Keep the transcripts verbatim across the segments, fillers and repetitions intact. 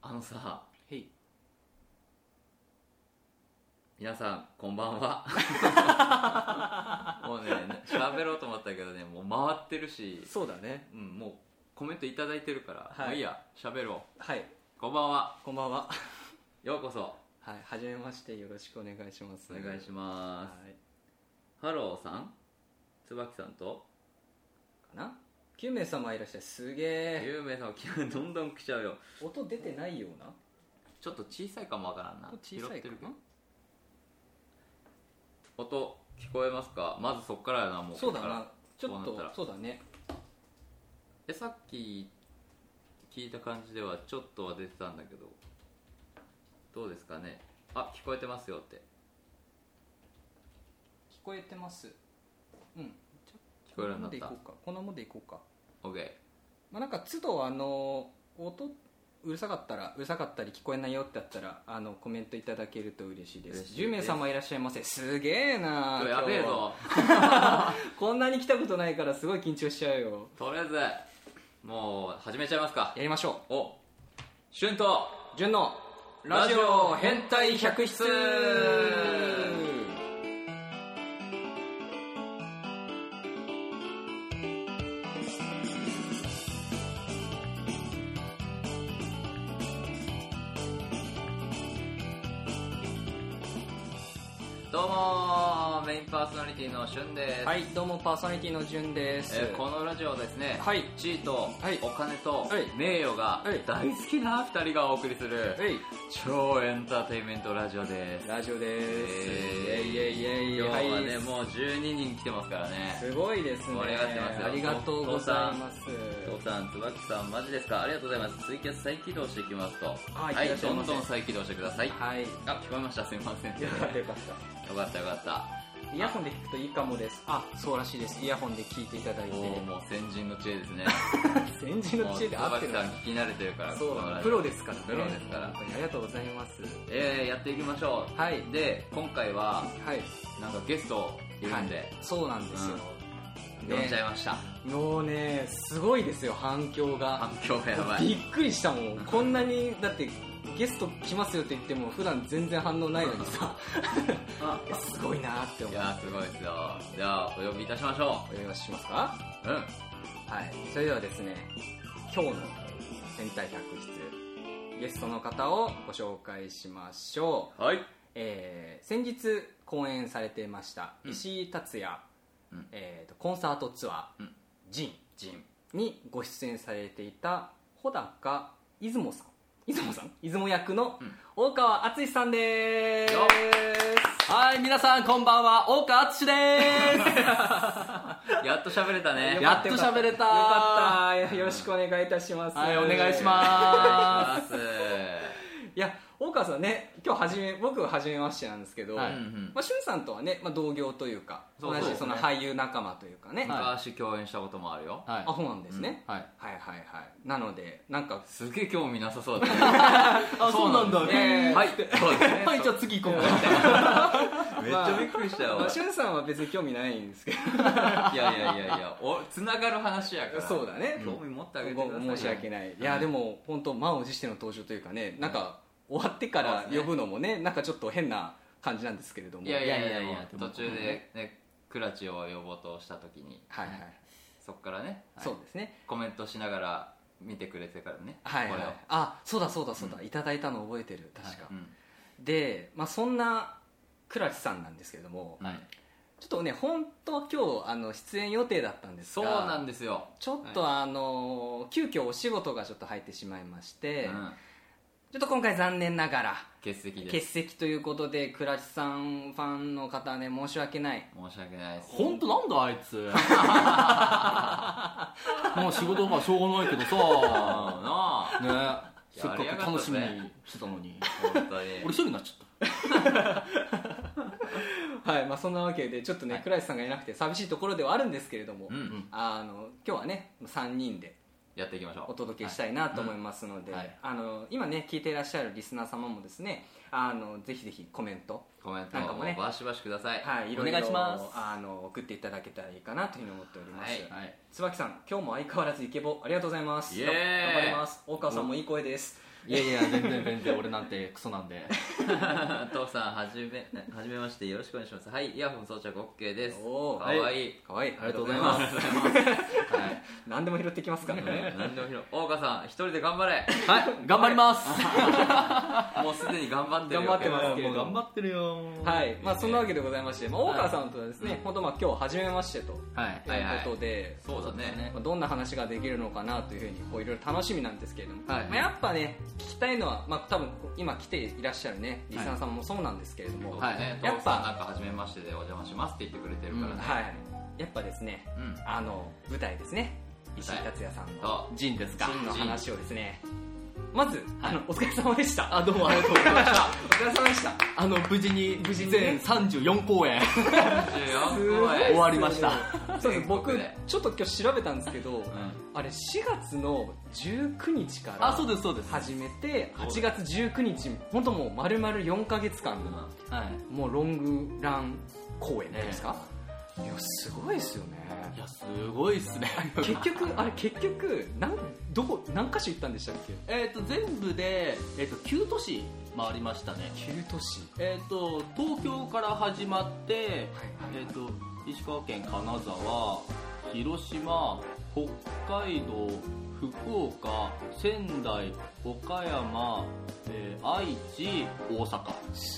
あのさ、 へい。 皆さんこんばんは。もうね喋ろうと思ったけどね、もう回ってるし、 そうだね。 うん、もうコメントいただいてるから、 はい、 もういいや、喋ろう。 はい。 こんばんは。 こんばんは。 ようこそ。 はい、はじめまして、よろしくお願いします。 お願いします。 はい、 ハローさん、椿さんとかな、きゅうめい様いらっしゃい。すげえ。 きゅうめい様どんどん来ちゃうよ。 音出てないような。 ちょっと小さいかもわからんな。 小さいかな。 音聞こえますか？まずそっからやな。もうそうだな、ちょっととそうだね。 え、さっき聞いた感じではちょっとは出てたんだけど、どうですかね。あ、聞こえてますよって。 聞こえてます。うん、 聞こえるようになった。 こんなもんでいこうか。 OK。 まあなんか都度あの音うるさかったらうるさかったり聞こえないよってあったら、あのコメントいただけると嬉しいです。じゅうめい様いらっしゃいませ。すげえな。 やべえぞ。 こんなに来たことないからすごい緊張しちゃうよ。 とりあえずもう始めちゃいますか。 やりましょう。 お、しゅんとじゅんのラジオ変態百室。 どうも、メインパーソナリティのしゅんです。 はい、どうもパーソナリティのじゅんです。 えー、このラジオはですね、 はい、 地位とお金とはい名誉が大好きなふたりがお送りする、 はい、 超エンターテインメントラジオです。 ラジオです。 えー、 イエイイエイイエイ。 今日はね、 はい、 もうじゅうににん来てますからね。 すごいですね。 盛り上がってますよ。 ありがとうございます。 父さん、椿さん、マジですか？ありがとうございます。ツイキャス再起動していきますと。 はい、 はい、どんどん再起動してください。 はい。 あ、聞こえました。すみません。 よかったよかった。 よかったよかった。 イヤホンで聞くといいかもです。あ、そうらしいです。イヤホンで聞いていただいて。 おー、もう先人の知恵ですね。 先人の知恵で合ってる。 椿さん聞き慣れてるから。 そう、プロですからね。 プロですから。 本当にありがとうございます。 えー、やっていきましょう。 はい。 で、今回は、 はい。 なんかゲストいるんで。はい、 そうなんですよ。 うん、呼んじゃいました。 もうね、すごいですよ、反響が。 反響がやばい。 びっくりしたもん。こんなに、だって、ゲスト来ますよって言っても普段全然反応ないのにさすごいなって思う。 いやすごいですよ。じゃあお呼びいたしましょう。 お呼びしますか。 うん。 はい。それではですね、今日の変態百室ゲストの方をご紹介しましょう。 はい。 えー、先日公演されてました、うん、石井達也、うん、えー、とコンサートツアー、うん、ジンジンにご出演されていた穂高出雲さん出雲さん出雲役の大川敦さんでーす。 はい、皆さんこんばんは、大川敦でーす。 やっと喋れたね。 やっと喋れた。よかった。よろしくお願いいたします。 はい、お願いします。 いや、大川さんね、今日はじめ僕は初めましてなんですけど、はい、まあ、しゅんさんとはね、まあ、同業というか、同じその俳優仲間というかね、 昔共演したこともあるよ。 はい、あ、そうなんですね、うん、はい、はいはいはい。なのでなんかすげえ興味なさそうだね。 あ、そうなんだね。 はい、そうですね。 はい、じゃあ次行こうか。 めっちゃびっくりしたよ。 まあ、しゅんさんは別に興味ないんですけど。いやいやいやいや、おつながる話やから。 そうだね。 興味持ってあげてください。 申し訳ない。いやでも本当満を持しての登場というかね、なんか終わってから呼ぶのもね、なんかちょっと変な感じなんですけれども。 いやいやいやいや、途中でね、クラチを呼ぼうとした時に、はいはい、そっからね、 そうですね、 コメントしながら見てくれてからね、 はいはい、あ、そうだそうだそうだ、いただいたの覚えてる、確か。で、まあそんなクラチさんなんですけれども、ちょっとね、本当は今日あの出演予定だったんですが、 そうなんですよ。 ちょっとあの急遽お仕事がちょっと入ってしまいまして。ちょっと今回残念ながら欠席です。 欠席ということで、倉地さんファンの方はね、申し訳ない。 申し訳ないです。 本当なんだあいつ。もう仕事はしょうがないけどさ。なあ。ね。せっかく楽しみにしてたのに。本当に。俺一人になっちゃった。 はい、まあそんなわけでちょっとね、はい、倉地さんがいなくて寂しいところではあるんですけれども、うんうん、あの今日はねさんにんで。 やっていきましょう。 お届けしたいなと思いますので、はい、うん、はい、あの今ね聞いていらっしゃるリスナー様もですね、あのぜひぜひコメントコメントなんかもねバシバシください。 はい、いろいろお願いします。あの送っていただけたらいいかなというふうに思っております。はいはい、椿さん今日も相変わらずイケボありがとうございます。 イエーイ、 頑張ります。大川さんもいい声です。 いやいや全然全然俺なんてクソなんで父さんはじめはじめましてよろしくお願いします。はい、イヤホン装着 OK です。 おーかわいいかわいい、 ありがとうございます。 はい、 何でも拾ってきますからね。 何でも拾う。大岡さん一人で頑張れ。 はい頑張りますもうすでに頑張ってるよ。 頑張ってますけれどもう頑張ってるよ。 はい、まあそんなわけでございまして、まあ、大川さんとはですね、本当まあ今日初めましてとはいいうことで、 そうだね。 まあどんな話ができるのかなというふうにこういろいろ楽しみなんですけれども、 はいまあ、やっぱね聞きたいのは、まあ、多分今来ていらっしゃるねリスナーさんもそうなんですけれども、 そうですね。 やっぱ父さんなんか初めましてでお邪魔しますって言ってくれてるからね。 はいやっぱですね、 うんあの舞台ですね、石井達也さんのそうジンですか。 ジンの話をですね、まず、あのお疲れ様でした。 あどうもありがとうございましたお疲れ様でした。 あの無事に無事にね全さんじゅうよん公演じゅうよんこえ終わりましたそうです、僕全国でちょっと今日調べたんですけど、あれしがつのじゅうくにちからあそうですそうです始めてはちがつじゅうくにち本当もう丸々よんかげつかんのはいもうロングラン公演ですか、いやすごいですよね。 いやすごいっすね結局あれ結局なんどこ何か所行ったんでしたっけ。 えっと全部で、えー、ときゅう都市回りましたね。 きゅう都市、 えっ、と東京から始まって、 はいはいえっ、と石川県金沢、広島、北海道、福岡、仙台、岡山、えー愛知、大阪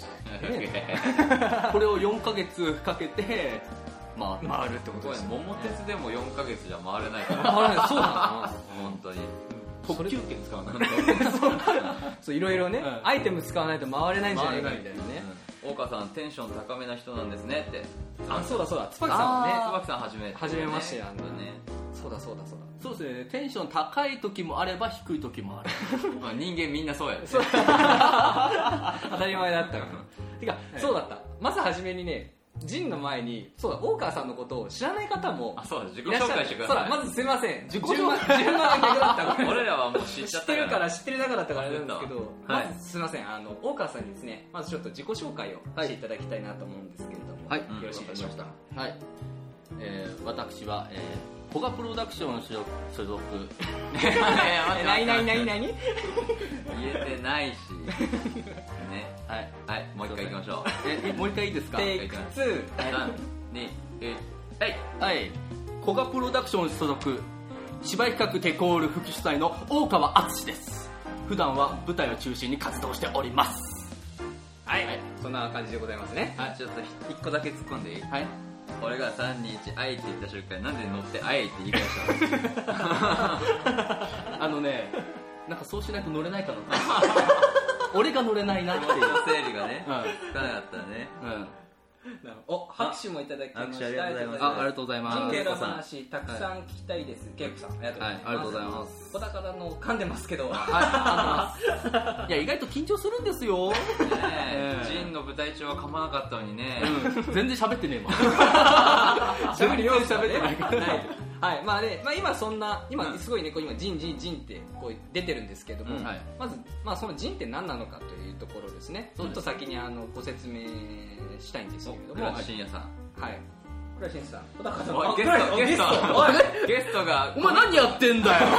これをよんかげつかけて回る回るってことですね。 桃鉄でもよんかげつじゃ回れないから。 あれそうなの本当に。 特急券使わないそういろいろね、 うんアイテム使わないと回れないんじゃないかみたいなね。 大川さんテンション高めな人なんですねって。 あそうだそうだ、椿さんはね椿さんはじめ初めましてなんだね。 そうだそうだそうだ。 そうですね、テンション高い時もあれば低い時もあるまあ人間みんなそうやね。 当たり前だったからてか、そうだった、まず初めにねジンの前にそうだ大川さんのことを知らない方もあ、そうだ、自己いらっしゃる。 紹介してくだそうだ、 さい。 まずすいません、 自己紹介順番順番が逆だったごめん俺らはもう知っち知っゃったか。 てるからら知ってる中だったからあれなんですけど、 はいまずすいません、あの大川さんにですねまずちょっと自己紹介をしていただきたいなと思うんですけれども、 はいよろしいでしょうか。 はい、えー、私は、えー、コガプロダクション所属所属えないないないない言えてないし。ね。 はいはい、もう一回行きましょう。 えもう一回いいですか。 テイクツー、 さん、に、いち、はい。 はい、コガプロダクション所属芝居企画テコール副主催の大川敦です。普段は舞台を中心に活動しております。 はい、そんな感じでございますね。 あ、ちょっと一個だけ突っ込んでいい？ はい俺がさん、に、いち、あいって言った瞬間なんで乗ってあいって言い返したの？ あのねなんかそうしないと乗れないかな俺が乗れないなっていう、 整理がね、 うんつかなかったね。 うんお、拍手もいただきました。 拍手ありがとうございますあ、ありがとうございます。 ジンケイの話たくさん聞きたいです。ケイコさん、ありがとうございます。 はいありがとうございます小高田の噛んでますけど、 はい、いや意外と緊張するんですよ。 ねええジンの舞台中は噛まなかったのにね。 うん、全然喋ってねえもん。 喋るように喋ってないからはいはい、まあね、まあ今そんな今すごいねこう今ジンジンジンってこう出てるんですけども、 うんはいまずまあそのジンって何なのかというところですね。ちょっと先にあのご説明したいんですけれども、 倉橋信也さん。 はい。倉橋さん、小高さん、 おいゲストゲストおいゲストがお前何やってんだよ。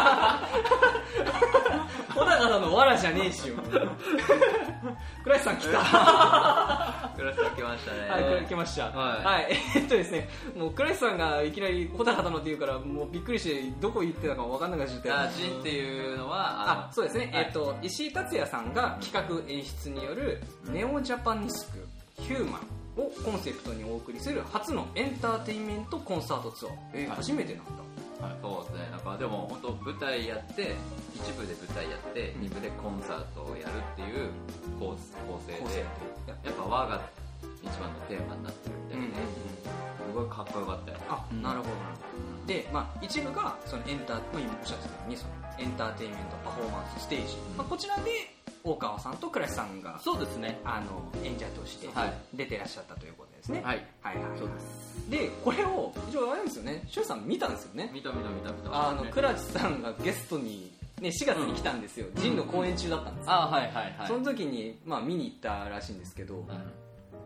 小高さんのわらじゃねえしよ。倉橋さん来た。 倉橋さん来ましたね。 はい、これ来ました。 はいはい、えっとですね、もう倉石さんがいきなり小高田のって言うからもうびっくりしてどこ行ってたか分かんなくなっちゃって。 あ、ジンっていうのはあ、そうですね。 はいえっと石井達也さんが企画演出によるネオジャパニスクヒューマンをコンセプトにお送りする初のエンターテインメントコンサートツアー。えーはい初めてなんだ。 そうですね。なんかでも本当舞台やって一部で舞台やって二部でコンサートをやるっていう構構成構成で、やっぱ和が一番のテーマになってるみたいで、すごいかっこよかったよ。 あ、 うんなるほど。で、まあ、一部がそのエンター、まあ、今おっしゃってたようにそのエンターテインメントパフォーマンスステージ、まあ、こちらで大川さんと倉石さんがそうですね。 あの演者としてはい出てらっしゃったということですね。 はい。 はいはいはい。 そうでこれを一応あれですよね、シュウさん見たんですよね。 見た見た見た見た。 あの倉石さんがゲストにねしがつに来たんですよ。ジンの公演中だったんですよ。 あ、はいはいはい。 その時にまあ見に行ったらしいんですけど、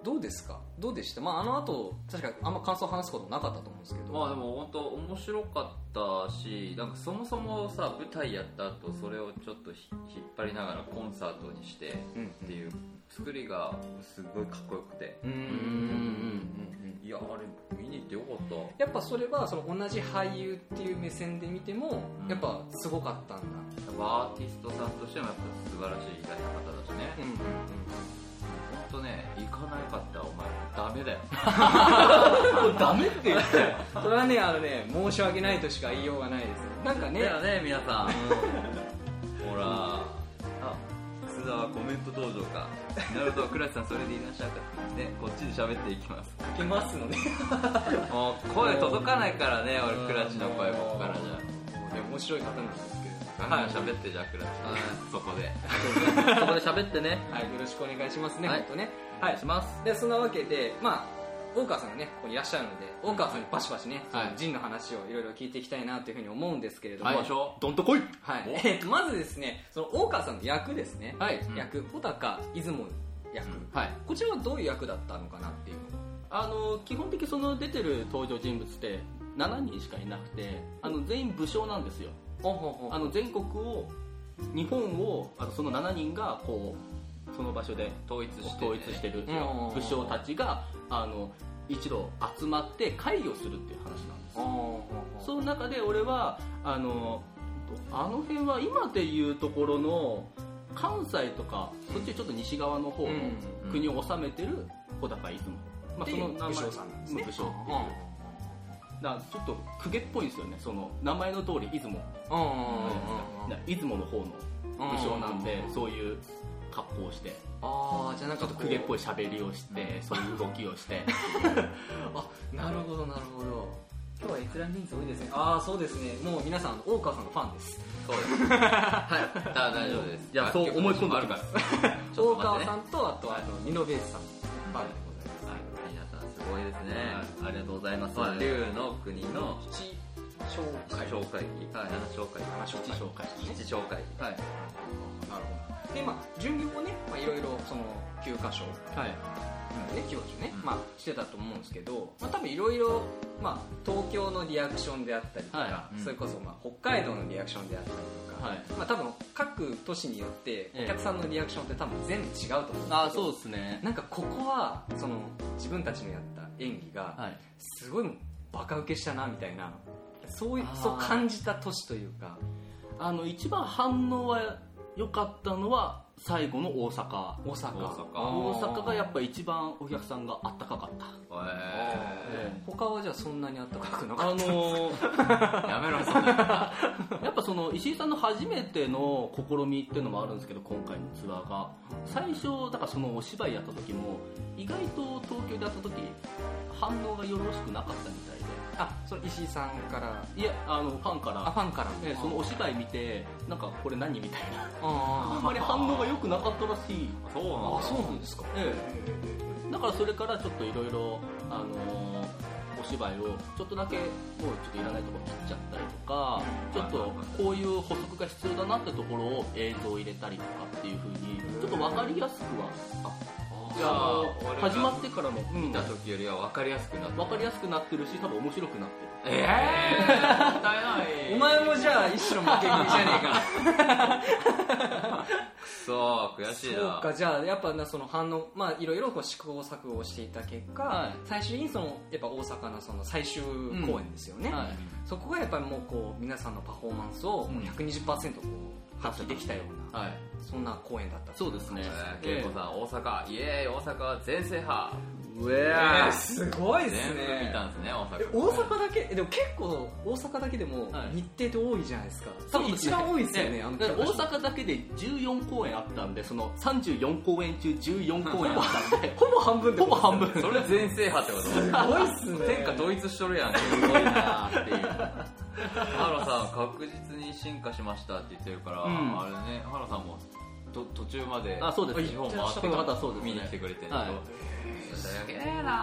どうですか、どうでした？まああの後確かあんま感想を話すことなかったと思うんですけど、 まあでも本当面白かったし、なんかそもそもさ舞台やった後それをちょっとひ引っ張りながらコンサートにしてっていう作りがすごいかっこよくて、 うんうんうんうんいやあれ見に行ってよかった。 やっぱそれはその同じ俳優っていう目線で見てもやっぱすごかったんだ。 アーティストさんとしてもやっぱ素晴らしい偉大な方だしね。 うんうんうん。 本当ね、行かなかったらお前ダメだよ。 ダメって言ってそれはね、あのね、申し訳ないとしか言いようがないです。なんかね、 だよね皆さん。ほら、あ、須田はコメント登場か。なるほど、倉地さんそれでいらっしゃるかね、こっちで喋っていきます。 かけますので、 もう声届かないからね、俺倉地の声ここからじゃ。 もうね面白い方なんですけれど。 ガンガン喋ってじゃあ倉地、そこで。 そこで喋ってね。 はい、よろしくお願いしますね。 はい本当ね。 お願いします。 でそんなわけで、まあ大川さんがねここにいらっしゃるので、大川さんにバシバシね、 はいそのジンの話をいろいろ聞いていきたいなというふうに思うんですけれども、 はい場所どんとこい。 はいおえーとまずですね、その大川さんの役ですね、 はい。 役穂高出雲役、 はい。 こちらはどういう役だったのかなっていうのあの基本的にその出てる登場人物ってしちにんしかいなくて、あの全員武将なんですよ。あの全国を日本をあのそのしちにんがこうその場所で統一して、ね、 統一してるうん武将たちがあの一度集まって会議をするっていう話なんですよ。その中で俺はあのあの辺は今でいうところの関西とかそっちちょっと西側の方の国を治めてる穂高出雲、まあ、その名前武将さんなんですね。 武将っていうだからちょっと公家っぽいんですよね、その名前の通り出雲、 うんうんうんうんだから出雲の方の武将なんで、そういう格好をしてああ、じゃあなんかちょっと公家っぽい喋りをして、そういう動きをしてあ、なるほどなるほど。今日は閲覧人数多いですね。ああ、そうですね。もう皆さん大川さんのファンです。 そうですはいだ大丈夫です。 いやそう思い込んであるから大川さんとあとあのニノベースさんのファンでございます。 はい、皆さんすごいですね。 ありがとうございます。 はい、龍の国の七小会紹介議、 はい、 七紹介七小会紹介七紹介議、 はい、 なるほど。でまあ巡業をね、まあいろいろそのきゅうかしょはいね、きゅうかしょね、 うんまあしてたと思うんですけど、まあ多分いろいろまあ東京のリアクションであったりとか、 はいうんそれこそまあ北海道のリアクションであったりとか、 はいまあ多分各都市によってお客さんのリアクションって多分全部違うと思うんですけど、 あそうですね。 なんかここはその自分たちのやった演技がはい、 すごいバカ受けしたなみたいな、そういうあーそう感じた年というか。 あの一番反応は良かったのは最後の大阪。 大阪大阪大阪がやっぱ一番お客さんがあったかかった。 え他はじゃあそんなにあったかくなかあった。 のー、 ー、やめろそんなやっぱその石井さんの初めての試みっていうのもあるんですけど、今回のツアーが最初だからそのお芝居やった時も意外と東京でやった時反応がよろしくなかったみたいで、 あ、それ石井さんからいやあのファンからあファンからえそのお芝居見てなんかこれ何みたいなああんまり反応が良くなかったらしい。 そうなんだ。 あ、そうなんですか。 ええ、だからそれからちょっといろいろあのーお芝居をちょっとだけもうちょっといらないところ切っちゃったりとか、ちょっとこういう補足が必要だなってところを映像を入れたりとかっていう風にちょっと分かりやすくはじゃあ俺が始まってからの、うん、 見た時よりは分かりやすくなった。 分かりやすくなってるし多分面白くなってる。 えー、もったいないお前もじゃあ一種の負け組じゃねえか。 くそー悔しいな。 そうか、じゃあやっぱなその反応、まあいろいろこう試行錯誤をしていた結果、 はい最終的にそのやっぱ大阪のその最終公演ですよね、 はい、 そこがやっぱりもうこう皆さんのパフォーマンスをもう ひゃくにじゅっパーセント こう発揮できたような、 はい、 そんな公演だった。 そうですね。 恵子さん大阪イエーイ大阪は全制覇。 うええー、すごいです全部見ね。 たんですね大阪。 え大阪だけえでも結構大阪だけでもはい日程って多いじゃないですか。多分一番多いですよね。あのだから大阪だけでじゅうよんこうえんあったんで、そのさんじゅうよんこうえん中じゅうよんこうえんあったんでほぼ半分でほぼ半分。 それ全制覇ってこと？ すごいっすね。 天下統一しとるやん。 すごいなーっていう。 ハロさん確実に進化しましたって言ってるから、 うんあれねハロさんもと途中まであ、そうです。 日本回ってこの方そうですね。 見に来てくれてるけど、 はいすげえな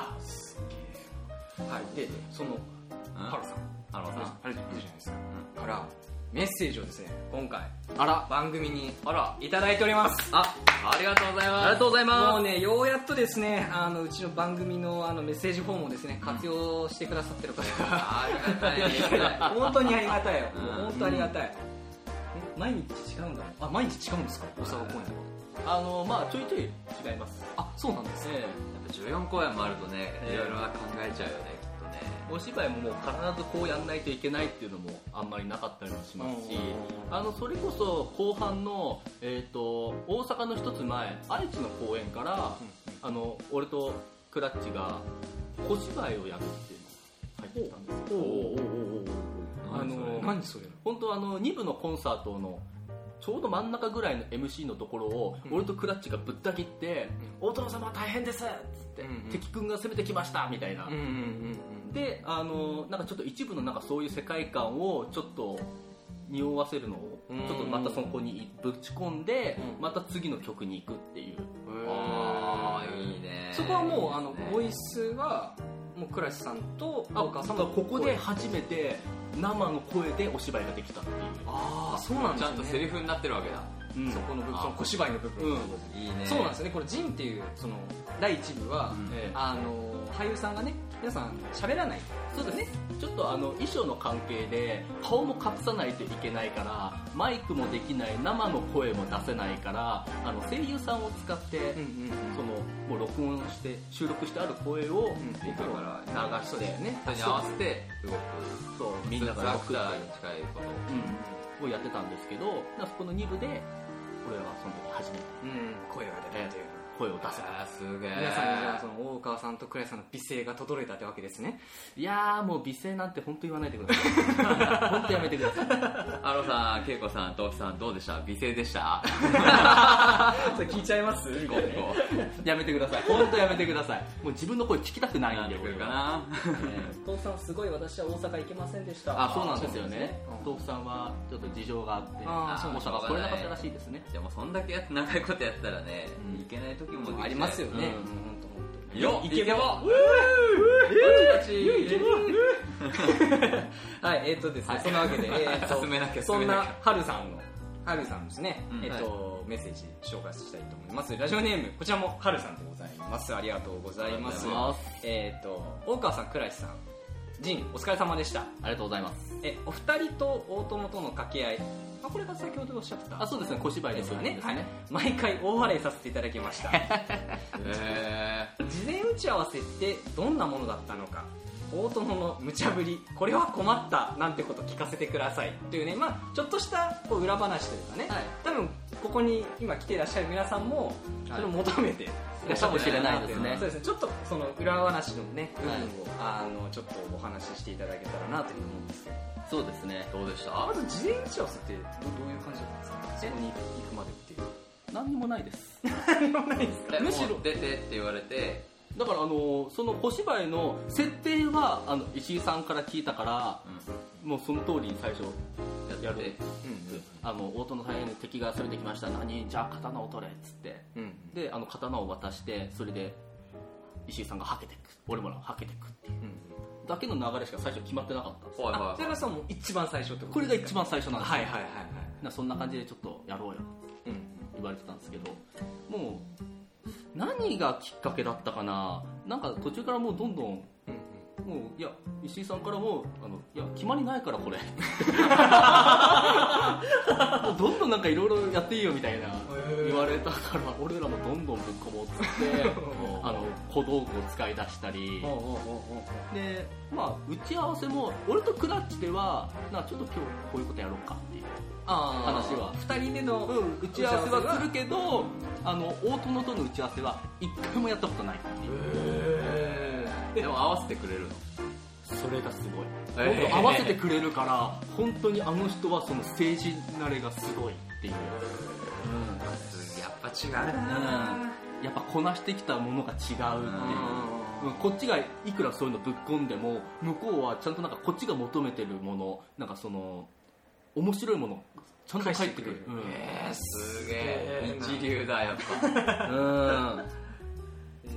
はい、でそのー。 ハロさんハロさん。 あれいるじゃないですか、からメッセージをですね今回あら番組にあらいただいております。 あありがとうございます。 ありがとうございます。 もうねようやっとですねあのうちの番組のあのメッセージフォームをですね活用してくださってる方が、 ありがたいありがたい本当にありがたいよ、 うんもう本当ありがたい、え毎日違うんだもん。あ毎日違うんですか大阪公演は。 あのまあちょいちょい違います。 あそうなんですね、 えやっぱじゅうよん公演もあるとね、 ええいろいろな考えちゃうよねきっとね。 お芝居ももう必ずこうやんないといけないっていうのもあんまりなかったりもしますし、 うんあのそれこそ後半の、えー、と大阪の一つ前愛知の公演から、あの俺とクラッチが小芝居をやるっていうのが入ってきたんですよ。 おおおおおおあの何それ本当あのに部のコンサートのちょうど真ん中ぐらいの エムシー のところを、 うん俺とクラッチがぶった切って「お父様大変です」っつって、 うんうん敵君が攻めてきました」みたいな、 うんうんうんであのなんかちょっと一部のなんかそういう世界観をちょっと匂わせるのをうんちょっとまたそこにぶち込んで、 うんまた次の曲に行くっていう。 ああいいね。 そこはもうあのいいですねボイスはもう倉石さんとあ大川さんのここで初めて生の声でお芝居ができたっていう。 ああそうなんですねちゃんとセリフになってるわけだ。 うんそこの部分あその小芝居の部分、 うんいいね。 そうなんですよね。これジンっていうその第一部は、 うんええあの俳優さんがね皆さん喋らないそうですね。ちょっとあの衣装の関係で顔も隠さないといけないからマイクもできない生の声も出せないからあの声優さんを使って、 うんうんそのもう録音して収録してある声をん僕ら流してねそれに合わせて動く。 そうみんながラ動くっていうクターに近いこと。 うん、をやってたんですけどだからそこのに部で俺はその時初めてうん声が出たという、 声を出せた。 あーすげえ。 皆さんにじゃあその大川さんと倉石さんの美声が轟いたってわけですね。 いやーもう美声なんて本当言わないでください本当やめてください。 アロさん、ケイコさん、トウキさんどうでした？美声でした？ それ聞いちゃいますみたいなねこやめてください本当やめてください。もう自分の声聞きたくないんでうなってくるか俺は。 な。 父さんすごい私は大阪行けませんでした。 あそうなんですよね。 うん豆腐さんはちょっと事情があってあーそう大阪来れなかったらしいですね。 でもそんだけやって長いことやってたらね、 うんいけない時もできちゃうありますよね。 うんうん本当本当によっイケボパチパチイケボはい、えっ、ー、とですね、 はいそんなわけで、えーと進めなきゃそんな進めなきゃはるさんの、はるさんですね、 うんえっ、と、メッセージ紹介したいと思います。ラジオネーム、こちらもはるさんでございます。ありがとうございます。 ありがとうございますえっ、と、大川さん、倉石さん、ジン、お疲れ様でした。 ありがとうございます。 え、お二人と大友との掛け合い、あ、これが先ほどおっしゃってた。 あそうですね小芝居でよね。 ですすよね。 はい。毎回大笑いさせていただきました。 へ事前打ち合わせってどんなものだったのか、大友の無茶ぶり、これは困ったなんてこと聞かせてくださいというね、まあ、ちょっとしたこう裏話というかね、 はい多分ここに今来ていらっしゃる皆さんもそれを求めていらっしゃるんじゃないかなというかもしれないですねそうですね、ちょっとその裏話のね部分を、 はいあのちょっとお話ししていただけたらなというふうに思うんですけど、 そうですね。 ーどうでした？ まず事前打ち合わせってどどういう感じだったんですか、そこに行くまでっていう。 何にもないです。 何もないですか？ えむしろもう出てって言われて、 だからあのその小芝居の設定はあの石井さんから聞いたからもうその通りに最初やる。 やって、 あの大友大変に敵が攻めてきました。何じゃあ刀を取れっつってうんうんであの刀を渡してそれで石井さんがはけていく俺もはけていくっていううんだけの流れしか最初決まってなかったんですよ。 はいはいはい。 あそれがさもう一番最初ってことこれがですか？ 一番最初なんですよ。 はいはいはいはい。 なそんな感じでちょっとやろうようん言われてたんですけどもう何がきっかけだったかな。なんか途中からもうどんどんうんもういや石井さんからもあのいや決まりないからこれもうどんどんなんかいろいろやっていいよみたいな言われたから俺らもどんどんぶっ込もうっつってあの小道具を使い出したりでまあ打ち合わせも俺とクラッチではなんかちょっと今日こういうことやろうかっていうあ話はふたりでの、 うん、打ち合わせはするけどあの大友との打ち合わせは一回もやったことないっていうでも合わせてくれるの？ それがすごい、 えー本当合わせてくれるから本当にあの人はその政治慣れがすごいっていう、 やっぱ違うな。 やっぱこなしてきたものが違うっていう、うんこっちがいくらそういうのぶっ込んでも向こうはちゃんとなんかこっちが求めてるものなんかその面白いものちゃんと返ってくる。 返してくれるえー、すげえ一流だやっぱ。 うん、うんえ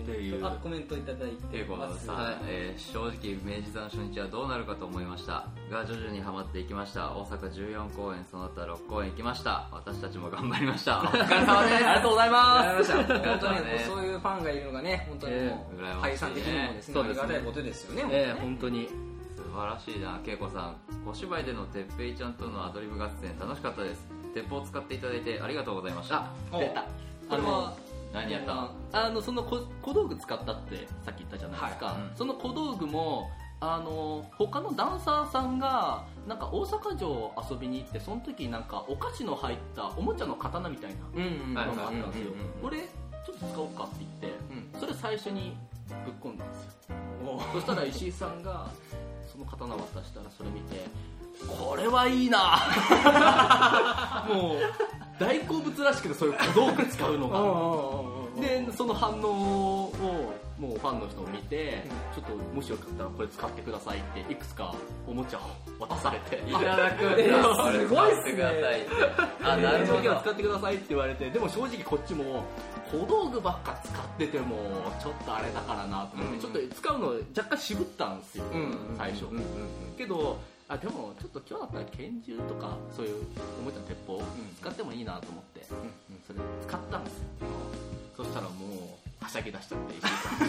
っていう。 あ、コメントいただいてということでさ、はい、えー、正直明治座の初日はどうなるかと思いましたが、徐々にハマっていきました。大阪じゅうよんこうえん、その他ろっこうえん行きました。私たちも頑張りました。お疲れ様です。ありがとうございます。 本当にね、そういうファンがいるのがね、本当にもう俳優さん的にもですね、ありがたいことですよね。 ええ、本当に素晴らしいな。恵子さん、小芝居でのてっぺいちゃんとのアドリブ合戦楽しかったです。鉄砲を使っていただいてありがとうございました。 あ、出た。あの何やった？ あのその小道具使ったってさっき言ったじゃないですか。はい、うん、その小道具もあの他のダンサーさんがなんか大阪城遊びに行って、その時なんかお菓子の入ったおもちゃの刀みたいなのがあったんですよ。これちょっと使おうかって言って、うん、それ最初にぶっ込んだんですよ。そしたら石井さんがその刀渡したら、それ見てこれはいいなもう大好物らしくて、そういう小道具使うのがで、その反応をもうファンの人を見て、ちょっともしよかったらこれ使ってくださいっていくつかおもちゃを渡されて、 いただくんだ、すごいっすね。 あ、なるほど、使ってくださいって言われて、でも正直こっちも小道具ばっか使っててもちょっとあれだからなと思って、うん、ちょっと使うの若干渋ったんですよ、うん、最初、うん、けどあ、でもちょっと今日だったら拳銃とかそういうおもちゃの鉄砲使ってもいいなと思って、うん、それ使ったんですよ、うん、そしたらもうはしゃぎ出しちゃって石井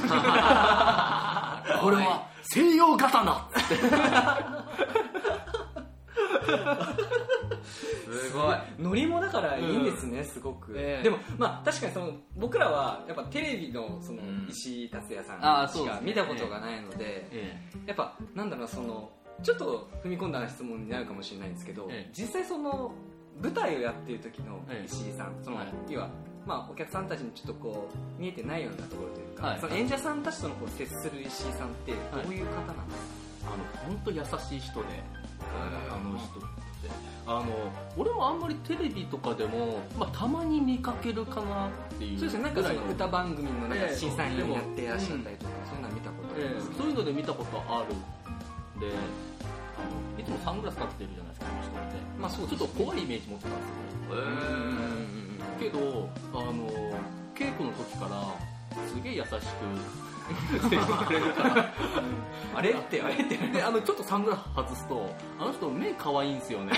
さんこれは西洋刀ってすごいノリもだからいいんですね、うん、すごく、えー、でもまあ確かにその僕らはやっぱテレビのその石井達也さんしか見たことがないので、えー、やっぱなんだろう、そのちょっと踏み込んだ質問になるかもしれないんですけど、えー、実際その舞台をやっている時の石井さん、えー、その、はい、要はまあお客さんたちにちょっとこう見えてないようなところというか、はい、その演者さんたちとのこう接する石井さんってどういう方なんですか？ はい、あの本当優しい人で、あの人ってあの俺もあんまりテレビとかでも、まあ、たまに見かけるかなっていう。 そうですね、なんかその歌番組のなんか審査員をやっていらっしゃったりとか、そういうのは見たことあります、 えー、そういうので見たことあるんで、あのいつもサングラスかけてるじゃないですか、この人って、まあ、そうですね、ちょっと怖いイメージ持ってたんですよ。けどあの稽古の時からすげえ優しくしてくれるからあれってあれってで、あのちょっとサングラス外すと、あの人目可愛いんですよね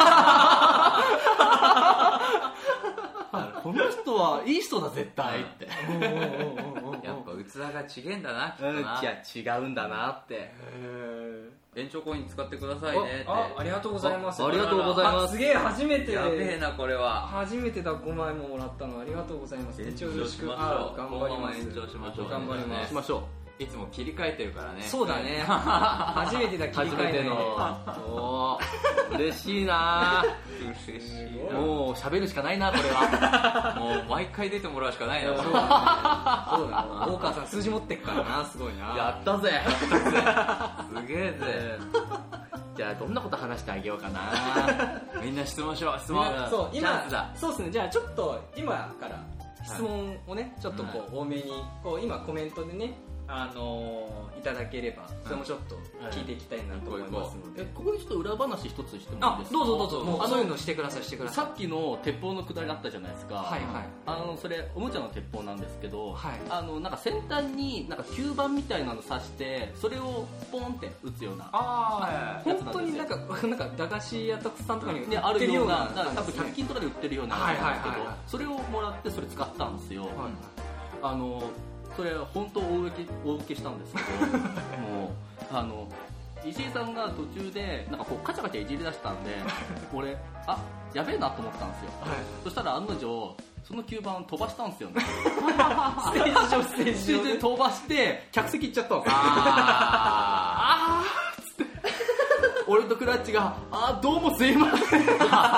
この人はいい人だ絶対ってやっぱ器が違えんだな、きっとな。 いや違うんだなって。 延長コイン使ってくださいねって。 あ、ありがとうございます。 ありがとうございます。 すげえ、初めてやべえな、これは初めてだ。ごまいももらったのありがとうございます。 延長よろしく。頑張ります。延長しましょう。 頑張ります。 しましょう。 いつも切り替えてるからね。 そうだね初めてだ、切り替えてのおー嬉しいな嬉しい。 もう喋るしかないな、これはもう毎回出てもらうしかないな。 そうだな、大川さん数字持ってっからな、すごいな。 やったぜすげえぜじゃあどんなこと話してあげようかなみんな質問しよう。質問。 そう、今そうですね、じゃあちょっと今から質問をね、ちょっとこう多めにこう今コメントでね、あのー、いただければそれもちょっと聞いていきたいなと思いますので、 えここでちょっと裏話一つしてもいいですか？ あ、どうぞどうぞ。もうそういうのしてください、してください。 さっきの鉄砲のくだりあったじゃないですか。 はいはい。 あのそれおもちゃの鉄砲なんですけど、 はい、 あのなんか先端になんか吸盤みたいなの刺してそれをポンって撃つような。 ああ、本当になんかなんか駄菓子屋さんとかに売ってるような、 多分ひゃく均とかで売ってるようなやつなんですけど、それをもらってそれ使ったんですよ。はいはい、あのそれ本当大受け大受けしたんですけどもうあの石井さんが途中でなんかこうカチャカチャいじり出したんで俺あやべえなと思ったんですよ、はい、そしたら案の定その吸盤飛ばしたんですよねステージ上ステージ上で飛ばして客席行っちゃったんですよ。 ああっつって俺とクラッチがあどうもすいません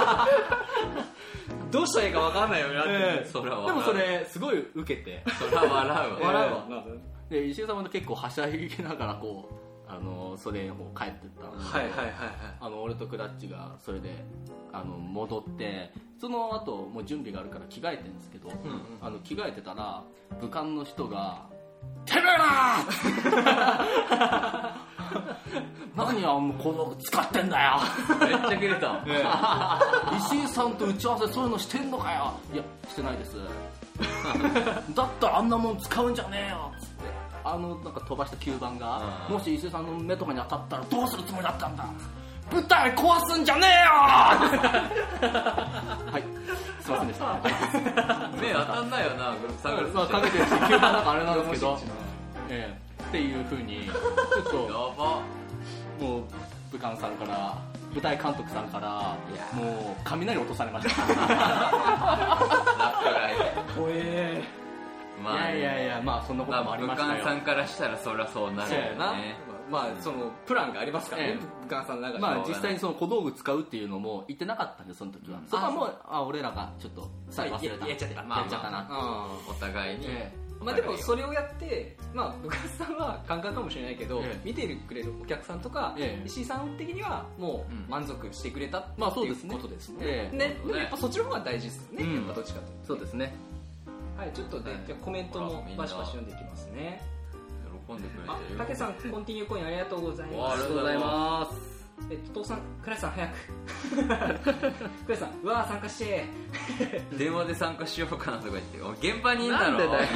どうしたらいいか分かんないよね、 えー、それはでもそれすごいウケてそれは笑うわ、 笑うわ、 えー、で石井さんも結構はしゃぎながらこうあのそれを帰ってったんで、 はいはいはいはい、 あの俺とクラッチがそれであの戻ってその後もう準備があるから着替えてるんですけど、うんうん、あの着替えてたら武漢の人がてめえら何あの小道具使ってんだよめっちゃ切れた石井さんと打ち合わせそういうのしてんのかよ。いやしてないですだったらあんなもん使うんじゃねえよっつって、あのなんか飛ばした吸盤が、うん、もし石井さんの目とかに当たったらどうするつもりだったんだ、舞台壊すんじゃねえよはいすいませんでした目当たんないよなサングラス、 まあ、かけてるし吸盤なんかあれなんですけどええっていう風にちょっとやばもう武漢さんから舞台監督さんからもう雷落とされました怖えまあ、 いやいやいやまあそんなこともありましたよ、 まあ、武漢さんからしたらそりゃそうなるよね。 まあそのプランがありますからね、ええ、武漢さんの中で、 まあ、実際にその小道具使うっていうのも言ってなかったんでその時は、うん、そこはもうあ俺らがちょっと最後忘れた、 やっちゃった、 まあ、 やっちゃったな、まあまあ、お互いに、ええまあ、でもそれをやって、まあ、武漢さんは感覚かもしれないけど、ええ、見てくれるお客さんとか、ええ、石井さん的にはもう満足してくれたっていうことですね。ええ、ね、でもやっぱそっちの方が大事ですよね、うん、やっぱどっちかというと、ね、 そうですね。 はい、ちょっとね、はい、じゃコメントもバシバシ読んでいきますね。 喜んでくれてるよ。 たけさん、コンティニューコインありがとうございます。 ありがとうございます。 えっと、父さん、クラスさん早くクラスさん、うわー参加して電話で参加しようかなとか言って現場にいんだろなんでだよ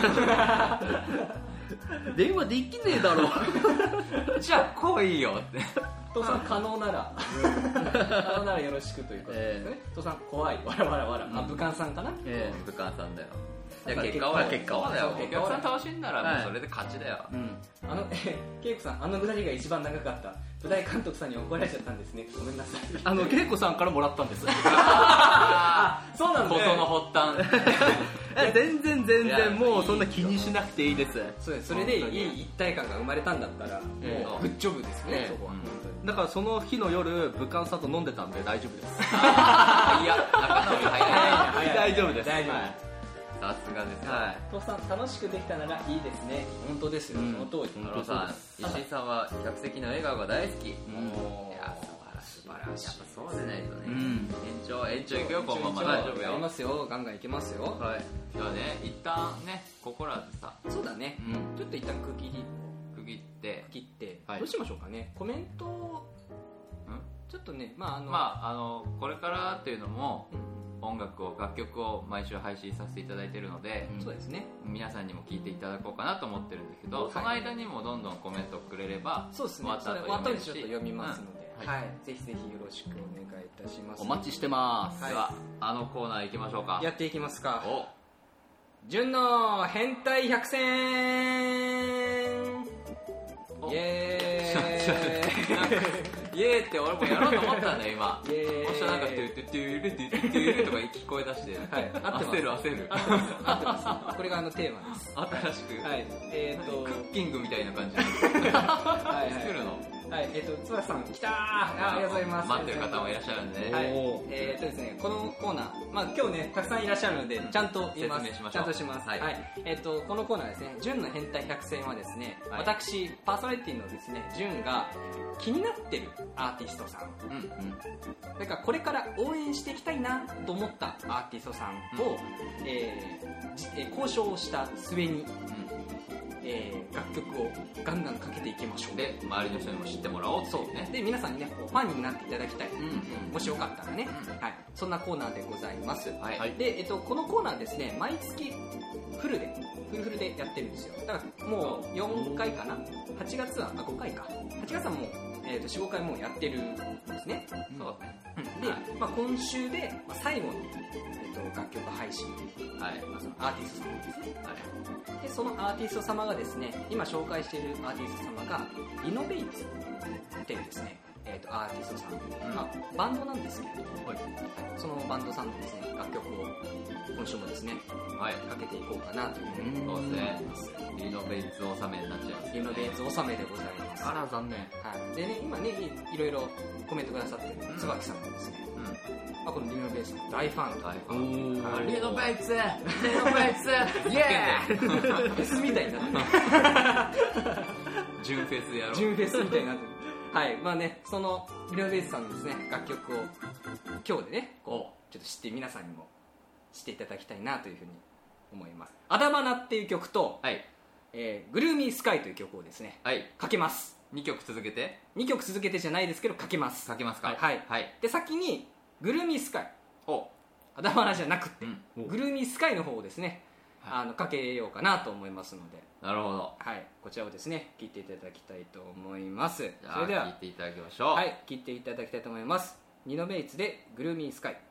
電話できねえだろじゃあ来いよって父さん可能なら可能ならよろしくということですね、えー、父さん怖いわらわらわら、うん、あ武漢さんかな、 えー、武漢さんだよ。いや結果は結果はだよ。お客さん楽しんだらもうそれで勝ちだよ、はい、うん、 あの恵子さん、あのぐだりが一番長かった。舞台監督さんに怒られちゃったんですね、ごめんなさい。 あの恵子さんからもらったんですあそうなんですね。 事の発端全然全然もうそんな気にしなくていいです。 そうです。それでいい一体感が生まれたんだったらもうグッジョブですね、そこは。 だからその日の夜武漢さんと飲んでたんで大丈夫です。 いや仲直り早い大丈夫です。 大丈夫。 さすがですよ。 はい。父さん楽しくできたならいいですね。本当ですよ。その通り。 太郎さん、石井さんは客席の笑顔が大好き。いや素晴らしい。やっぱそうでないとね。延長延長いくよこのまま大丈夫よ。 やりますよ。ガンガンいけますよ。 はい。ではね一旦ねここらでさ。 そうだね。ちょっと一旦区切り区切って区切ってどうしましょうかね。コメントちょっとねまああのまああのこれからっていうのも。音楽を楽曲を毎週配信させていただいているので、 うん、そうですね、 皆さんにも聴いていただこうかなと思ってるんですけど、はい、その間にもどんどんコメントをくれればそうですね、終わった後にちょっと読みますので、うん、はい、はい、ぜひぜひよろしくお願いいたします。 お待ちしてます、 はい、ではあのコーナー行きましょうか。 やっていきますか。お純の変態百選イエーイイエーって俺もやろうと思ったんだよ今。イエーイそしたらなんかトゥトゥトゥルトゥトゥルとか聞こえ出して、はい、焦る焦る合ってますこれがあのテーマです。 新しく、 はい、えー、とクッキングみたいな感じで作るの。 はい、えっ、ー、と、つばさん、来たー あ, ありがとうございます。 待ってる方もいらっしゃるんでね。 はい。えっ、ー、とですね、このコーナー、まあ今日ね、たくさんいらっしゃるので、ちゃんと言います。 説明しましょう。 ちゃんとします。はい。はい、えっ、ー、と、このコーナーですね、純の変態百選はですね、はい、私、パーソナリティのですね、純が気になってるアーティストさん、うんうん、それからこれから応援していきたいなと思ったアーティストさんを、うん、えー、交渉した末に、うん、えー、楽曲をガンガンかけていきましょう。 で周りの人にも知ってもらおうっていうね。 で皆さんにねこうファンになっていただきたい、うんうん、もしよかったらね、うん、はい、そんなコーナーでございます、はい、で、えっと、このコーナーですね毎月フルでフルフルでやってるんですよ。だからもうよんかいかな、はちがつはあごかいか、はちがつはもう、えー、とよん、ごかいもうやってるんですね。 そうですね、 うん、で、まあ、今週で、まあ、最後の、えー、と楽曲配信、はい、まあ、そのアーティスト様ですね、はい、でそのアーティスト様がですね今紹介しているアーティスト様がリノベイツっていうですね、えー、とアーティストさん、うん、まあ、バンドなんですけれども、はい、そのバンドさんのですね楽曲を今週もですね、はい、かけていこうかなというふうに思います。 リノベイツ納めになっちゃいます、ね、 リノベイツ納めでございます。 あら残念、 はい、でね今ね い, いろいろコメントくださってる椿さんもですね、うん、まあ、このリノベイツの大ファン、大ファン、 リノベイツリノベイツイエーイフェスみたいになってる純フェスやろう純フェスみたいになってるはい、まあね、そのリノベイツさんのですね楽曲を今日でねこうちょっと知って皆さんにも知っていただきたいなというふうに思います。あだばなっていう曲と、はい、えー、グルーミースカイという曲をですね、はい、かけます。 にきょく続けてにきょく続けてじゃないですけどかけます。 かけますか。 はい、はいはい、 で先にグルーミースカイ、 おアダマラじゃなくて、 うん、 グルーミースカイの方をですね、はい、あのかけようかなと思いますので、 なるほど、 はい、こちらをですね聞いていただきたいと思います。 じゃあそれでは聞いていただきましょう。 はい、聞いていただきたいと思います。ニノベイツでグルーミースカイ。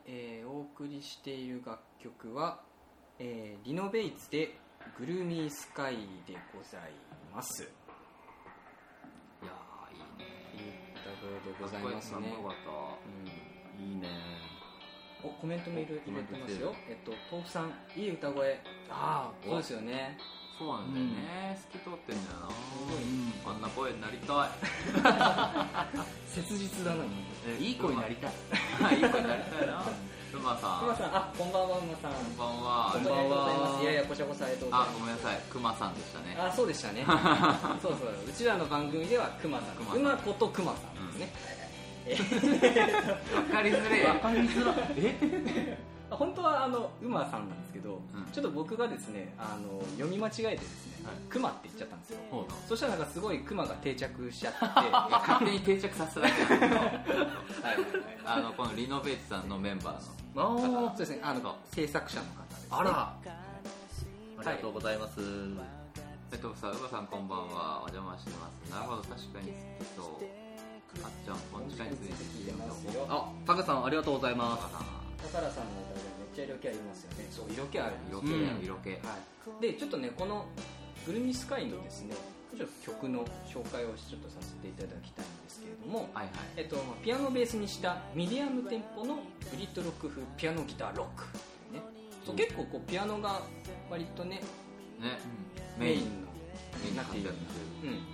えー、お送りしている楽曲は、えー、リノベイツでグルーミースカイでございます。いやーいいね、 いい歌声でございますね。 かった、 うん、いいね。 おコメントも入れてますよ。えっと豆腐さん、いい歌声。ああ、そうですよね。 そうなんだよね、透き通ってんだよな、うん、あんな声になりたい切実だな、 いい声になりたいいい声になりたいな。くまさん、 くまさん、あ、こんばんは、くまさん、 こんばんは、 こんばんは。いやいや、こちらこそありがとうございます。 あ、ごめんなさい、くまさんでしたね。 あ、そうでしたねそうそう、うちらの番組ではくまさん、くまことくまさんですね、 わかりづれえ。 わかりづらえ本当はあの馬さんなんですけど、 うん、 ちょっと僕がですね、あの読み間違えてですね、はい、クマって言っちゃったんですよ。そしたらなんかすごいクマが定着しちゃって勝手に定着させただけですけどあのこのリノベートさんのメンバーの方、そうですね、あの制作者の方ですね。 あら、ありがとうございます。 えっとさ、馬さんこんばんは、お邪魔してます。なるほど、確かに好きそう。あっちゃん、ポンチカについて聞いてますよ。 あ、タカさんありがとうございます。 高原さんの歌でめっちゃ色気ありますよね。そう、色気ある。 色気だよ、色気。 はい。で、ちょっとね、このグルミスカイのですね、ちょっと曲の紹介をちょっとさせていただきたいんですけれども、はいはい、えっとピアノベースにしたミディアムテンポのブリッドロック風ピアノギターロック、ね、そう結構こうピアノが割とね、 ね、 うん、メインのになっているような、うん、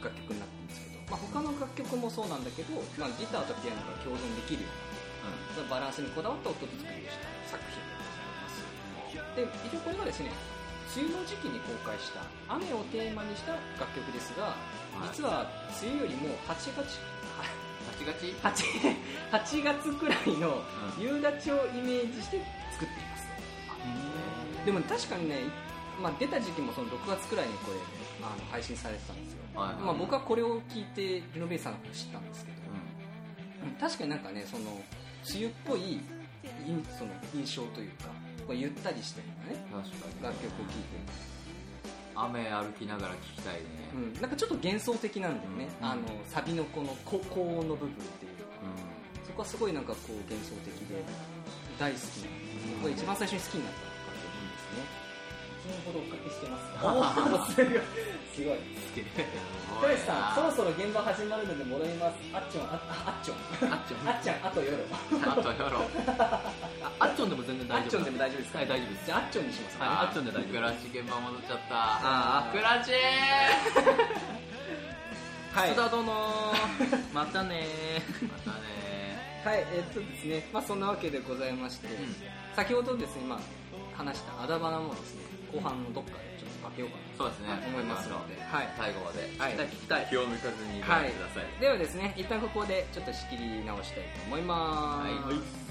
楽曲になってるんですけど、まあ、他の楽曲もそうなんだけど、まあ、ギターとピアノが共存できるような、うん、バランスにこだわった音作りをした作品でございます。で、一応これはですね、梅雨の時期に公開した雨をテーマにした楽曲ですが、はい、実は梅雨よりもはちがつはちがつくらいの夕立をイメージして作っています、うん、でも確かにね、まあ、出た時期もそのろくがつくらいにこれ、ね、あの配信されてたんですよ、はいはい、まあ、僕はこれを聞いてリノベーさんのこと知ったんですけど、うん、確かになんかね、その梅雨っぽいその印象というか、ゆったりしてるのね、確かに楽曲を聴いてる。 雨歩きながら聴きたいね、 うん、なんかちょっと幻想的なんだよね、うん、あのサビのこの高音の部分っていうか、うん、そこはすごいなんかこう幻想的で大好きな、うん、これ一番最初に好きになった楽曲ですね。いちねんほどおかけしてますすごいすごいトレスさん、そろそろ現場始まるので戻ります。あっちょん、あっちょんあっちょんあっちゃん、あとよろあとよろあっちょんでも全然大丈夫。 あっちょんでも大丈夫ですか？ はい、大丈夫です。 じゃああっちょんにします。 はい、あっちょんで大丈夫。 クラッチ現場戻っちゃった。 あークラッチーはい、須田殿またねまたねはい、えー、っとですね、まあそんなわけでございまして、うん、先ほどですね、まあ話したあだ花もですね、後半のどっかでちょっとかけようかなと思いますので、はい、 最後まで聞きたい、 気を抜かずにいただいてください、 はい、ではですね、一旦ここでちょっと仕切り直したいと思います。はい。